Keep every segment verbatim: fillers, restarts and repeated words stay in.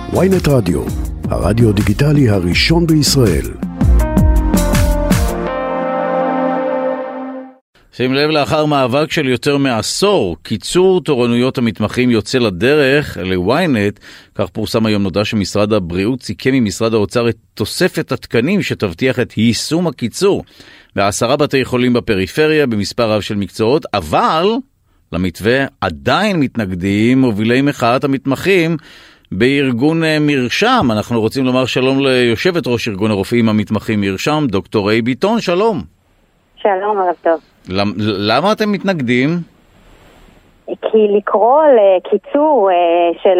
וויינט רדיו, הרדיו דיגיטלי הראשון בישראל. שים לב, לאחר מאבק של יותר מעשור, קיצור תורנויות המתמחים יוצא לדרך לוויינט. כך פורסם היום, נודע שמשרד הבריאות סיכם עם משרד האוצר את תוספת התקנים שתבטיח את יישום הקיצור בעשרה בתי חולים בפריפריה במספר רב של מקצועות, אבל למתווה עדיין מתנגדים מובילי מחאת המתמחים בארגון מרשם. אנחנו רוצים לומר שלום ליושבת ראש ארגון הרופאים המתמחים מרשם, דוקטור איי ביטון. שלום. שלום, ערב טוב. למה אתם מתנגדים? כי לקרוא לקיצור של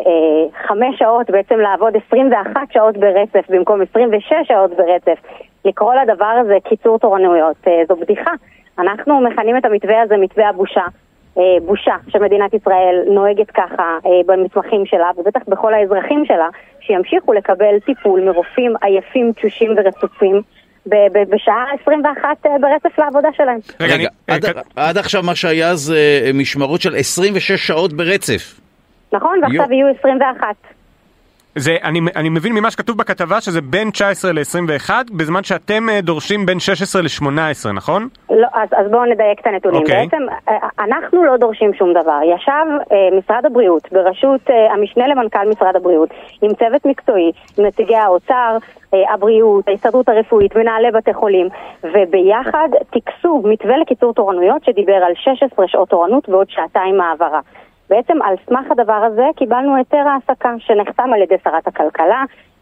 חמש שעות, בעצם לעבוד עשרים ואחת שעות ברצף במקום עשרים ושש שעות ברצף, לקרוא לדבר הזה קיצור תורנויות, זו בדיחה. אנחנו מכנים את המתווה הזה מתווה הבושה. בושה שמדינת ישראל נוהגת ככה במתמחים שלה, ובטח בכל האזרחים שלה, שימשיכו לקבל טיפול מרופאים עייפים, תשושים ורצופים, בשעה עשרים ואחת ברצף לעבודה שלהם. רגע, עד עכשיו מה שהיה זה משמרות של עשרים ושש שעות ברצף. נכון, ועכשיו יהיו עשרים ואחת. זה, אני, אני מבין ממה שכתוב בכתבה שזה בין תשע עשרה ל-עשרים ואחת, בזמן שאתם דורשים בין שש עשרה ל-שמונה עשרה, נכון? לא, אז, אז בואו נדייק את הנתונים. Okay. בעצם, אנחנו לא דורשים שום דבר. ישב אה, משרד הבריאות, בראשות אה, המשנה למנכ"ל משרד הבריאות, עם צוות מקצועי, עם נציגי האוצר, אה, הבריאות, ההסתדרות הרפואית, מנהלי בתי חולים, וביחד תקסו מתווה לקיצור תורנויות שדיבר על שש עשרה שעות תורנות ועוד שעתיים מעברה. בעצם על סמך הדבר הזה קיבלנו היתר העסקה שנחתם על ידי שרת הכלכלה,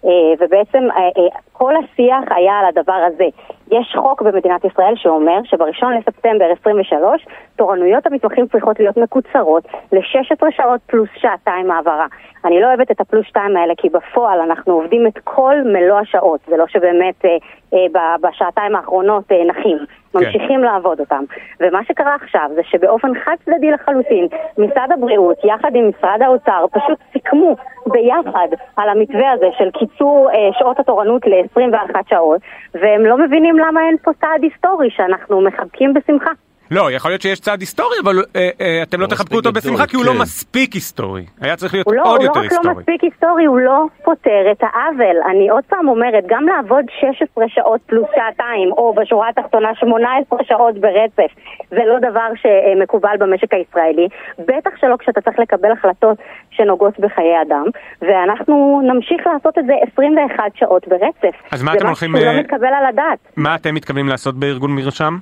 ובעצם כל השיח היה על הדבר הזה. יש חוק במדינת ישראל שאומר שבראשון לספטמבר עשרים ושלוש תורנויות המתמחים צריכות להיות מקוצרות ל-שש עשרה שעות פלוס שעתיים מעברה. אני לא אוהבת את הפלוס שתיים האלה כי בפועל אנחנו עובדים את כל מלוא השעות. זה לא שבאמת אה, אה, בשעתיים האחרונות אה, נחים. ממשיכים לעבוד אותם. ומה שקרה עכשיו זה שבאופן חד צדדי לחלוטין, משרד הבריאות יחד עם משרד האוצר פשוט סיכמו ביחד על המתווה הזה של קיצור אה, שעות התורנות ל-עשרים ואחת שעות, והם לא מבינים למה אין פה צעד היסטורי שאנחנו מחבקים בשמחה. לא, יכול להיות שיש צעד היסטורי, אבל אה, אה, אתם לא, לא תחבקו אותו בשמחה, כן. כי הוא לא מספיק היסטורי. היה צריך להיות לא, עוד יותר היסטורי. הוא לא רק לא מספיק היסטורי, הוא לא פותר את העוול. אני עוד פעם אומרת, גם לעבוד שש עשרה שעות פלוס שעתיים, או בשורה התחתונה שמונה עשרה שעות ברצף, זה לא דבר שמקובל במשק הישראלי. בטח שלא כשאתה צריך לקבל החלטות שנוגעות בחיי אדם, ואנחנו נמשיך לעשות את זה עשרים ואחת שעות ברצף. אז מה אתם הולכים... זה משהו שלא מתקבל על הדעת. מה אתם מתכוונים לעשות בארגון מרשם?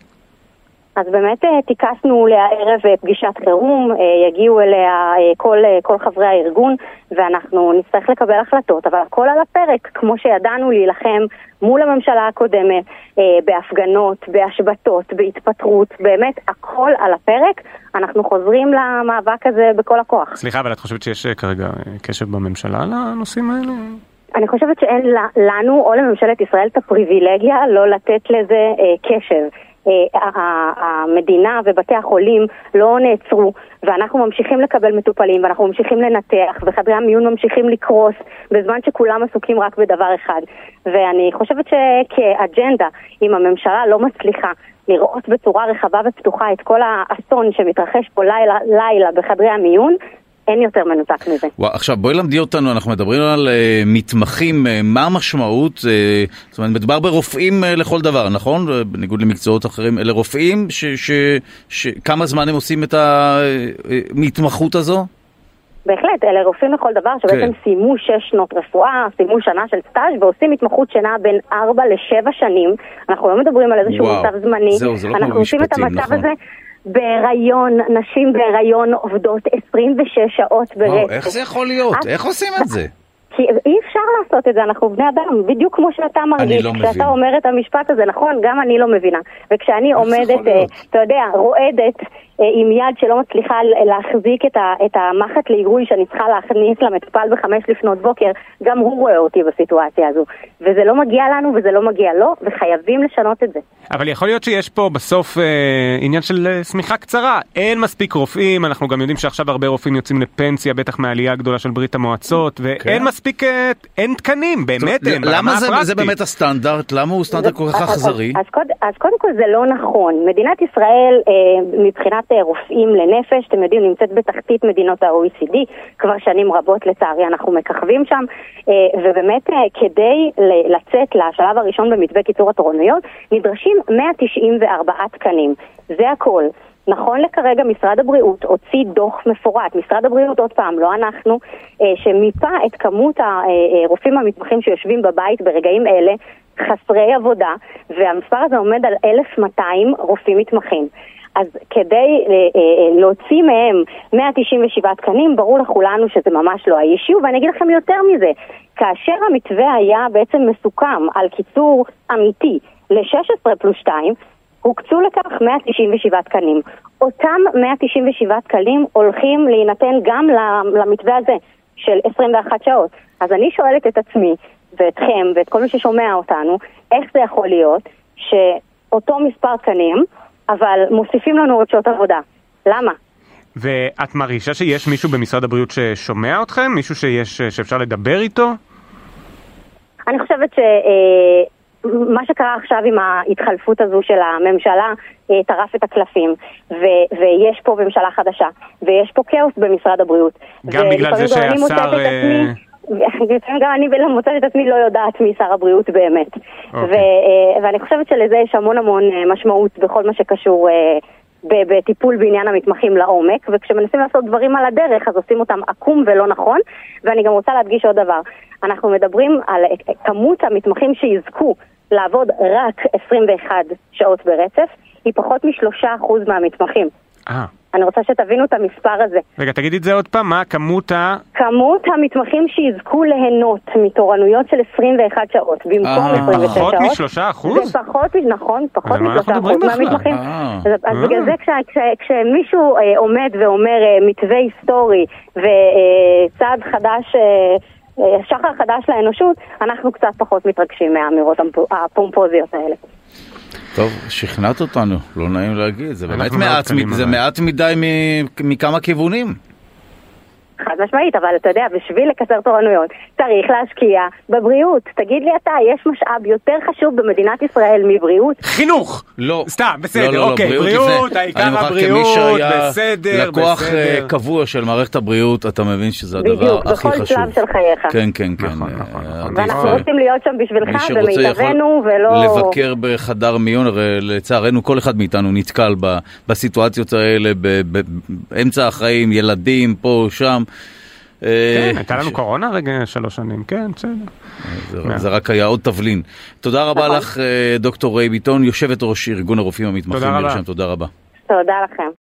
אז באמת תיקסנו לערב פגישת חירום, יגיעו אליה כל, כל חברי הארגון, ואנחנו נצטרך לקבל החלטות, אבל הכל על הפרק, כמו שידענו להילחם מול הממשלה הקודמת, בהפגנות, בהשבתות, בהתפטרות, באמת הכל על הפרק, אנחנו חוזרים למאבק הזה בכל הכוח. סליחה, אבל את חושבת שיש כרגע קשב בממשלה לנושאים האלה? אני חושבת שאין לנו או לממשלת ישראל את הפריבילגיה לא לתת לזה קשב. המדינה ובתי החולים לא נעצרו, ואנחנו ממשיכים לקבל מטופלים, ואנחנו ממשיכים לנתח, וחדרי המיון ממשיכים לקרוס, בזמן שכולם עסוקים רק בדבר אחד. ואני חושבת שכאג'נדה, אם הממשלה לא מצליחה לראות בצורה רחבה ופתוחה את כל האסון שמתרחש פה לילה, לילה בחדרי המיון, אין יותר מנותק מזה. ווא, עכשיו בואי למדי אותנו, אנחנו מדברים על uh, מתמחים, uh, מה המשמעות? Uh, זאת אומרת, מדובר ברופאים uh, לכל דבר, נכון? בניגוד למקצועות אחרים, אלה רופאים ש, ש, ש, כמה זמן הם עושים את המתמחות הזו? בהחלט, אלה רופאים לכל דבר שבעצם כן. סיימו שש שנות רפואה, סיימו שנה של סטאז' ועושים התמחות שנה בין ארבע לשבע שנים. אנחנו לא מדברים על איזשהו וואו. מצב זמני. זהו, זה לא אנחנו עושים משפטים, את המצב נכון. הזה בהיריון, נשים בהיריון עובדות עשרים ושש שעות ברצף. איך זה יכול להיות? איך עושים את זה? כי אי אפשר לעשות את זה, אנחנו בני אדם, בדיוק כמו שאתה מרגיש, כשאתה אומר את המשפט הזה, נכון, גם אני לא מבינה. וכשאני עומדת, אתה יודע, רועדת עם יד שלא מצליחה להחזיק את, ה, את המחט לעירוי שאני צריכה להכניס למטפל בחמש לפנות בוקר, גם הוא רואה אותי בסיטואציה הזו. וזה לא מגיע לנו וזה לא מגיע לו, וחייבים לשנות את זה. אבל יכול להיות שיש פה בסוף אה, עניין של אה, סמיכה קצרה. אין מספיק רופאים, אנחנו גם יודעים שעכשיו הרבה רופאים יוצאים לפנסיה, בטח מהעלייה הגדולה של ברית המועצות, ואין okay. מספיק, אה, אין תקנים, באמת אין. למה זה, זה באמת הסטנדרט? למה הוא סטנדרט כל כך אכזרי? אז, אז, אז, אז קודם כל זה לא נכון. מדינת ישראל, אה, מבחינת מבחינת רופאים לנפש, אתם יודעים, נמצאת בתחתית מדינות ה-או אי סי די, כבר שנים רבות לצערי אנחנו מככבים שם, ובאמת כדי לצאת לשלב הראשון במתווה קיצור התורנויות, נדרשים מאה תשעים וארבעה תקנים. זה הכל. נכון לכרגע משרד הבריאות הוציא דוח מפורט, משרד הבריאות עוד פעם, לא אנחנו, שמיפה את כמות הרופאים המתמחים שיושבים בבית ברגעים אלה, חסרי עבודה, והמספר הזה עומד על אלף ומאתיים רופאים מתמחים. אז כדי להוציא מהם מאה תשעים ושבעה תקנים, ברור לכולנו שזה ממש לא האישיו, ואני אגיד לכם יותר מזה, כאשר המתווה היה בעצם מסוכם על קיצור אמיתי ל-שש עשרה פלוס שתיים, הוקצו לכך מאה תשעים ושבעה תקנים. אותם מאה תשעים ושבעה תקנים הולכים להינתן גם למתווה הזה של עשרים ואחת שעות. אז אני שואלת את עצמי ואתכם ואת כל מי ששומע אותנו, איך זה יכול להיות שאותו מספר תקנים, אבל מוסיפים לנו עוד שעות עבודה. למה? ואת מרגישה שיש מישהו במשרד הבריאות ששומע אתכם? מישהו שיש, שאפשר לדבר איתו? אני חושבת ש... מה שקרה עכשיו עם ההתחלפות הזו של הממשלה טרף את הקלפים, ו- ויש פה ממשלה חדשה, ויש פה כאוס במשרד הבריאות. גם בגלל זה שהשר... לפעמים גם אני מוצאת את עצמי לא יודעת מי שר הבריאות באמת. Okay. ו- ואני חושבת שלזה יש המון המון משמעות בכל מה שקשור ב- בטיפול בעניין המתמחים לעומק, וכשמנסים לעשות דברים על הדרך אז עושים אותם עקום ולא נכון. ואני גם רוצה להדגיש עוד דבר, אנחנו מדברים על כמות המתמחים שיזכו לעבוד רק עשרים ואחת שעות ברצף, היא פחות משלושה אחוז מהמתמחים. אה. אני רוצה שתבינו את המספר הזה. רגע, תגידי את זה עוד פעם, מה כמות ה... כמות המתמחים שיזכו ליהנות מתורנויות של עשרים ואחת שעות, במקום עשרים ושש שעות. פחות משלושה אחוז? זה פחות, נכון, פחות משלושה אחוז מהמתמחים. אז בגלל זה כשמישהו עומד ואומר מתווה היסטורי וצעד חדש... שחר חדש לאנושות, אנחנו קצת פחות מתרגשים מהאמירות הפומפוזיות האלה. טוב, שכנעת אותנו, לא נעים להגיד, זה באמת מעט, זה מעט מדי מכמה כיוונים. חד משמעית, אבל אתה יודע, בשביל לקצר תורנויות, צריך להשקיע בבריאות. תגיד לי אתה, יש משאב יותר חשוב במדינת ישראל מבריאות? חינוך! לא. סתם, בסדר, אוקיי, בריאות, העיקר הבריאות, בסדר, לקוח קבוע של מערכת הבריאות, אתה מבין שזה הדבר הכי חשוב. בדיוק, בכל שלב של חייך. כן, כן, כן. ואנחנו רוצים להיות שם בשבילך, במיטבנו, ולא... לבקר בחדר מיון, הרי לצערנו כל אחד מאיתנו נתקל בסיטואציות האלה, באמצע החיים, ילדים, פה, שם. כן, הייתה לנו קורונה רגע שלוש שנים, כן, בסדר. זה רק היה עוד תבלין. תודה רבה לך, דוקטור ריי ביטון, יושבת ראש ארגון הרופאים המתמחים. תודה רבה. תודה לכם.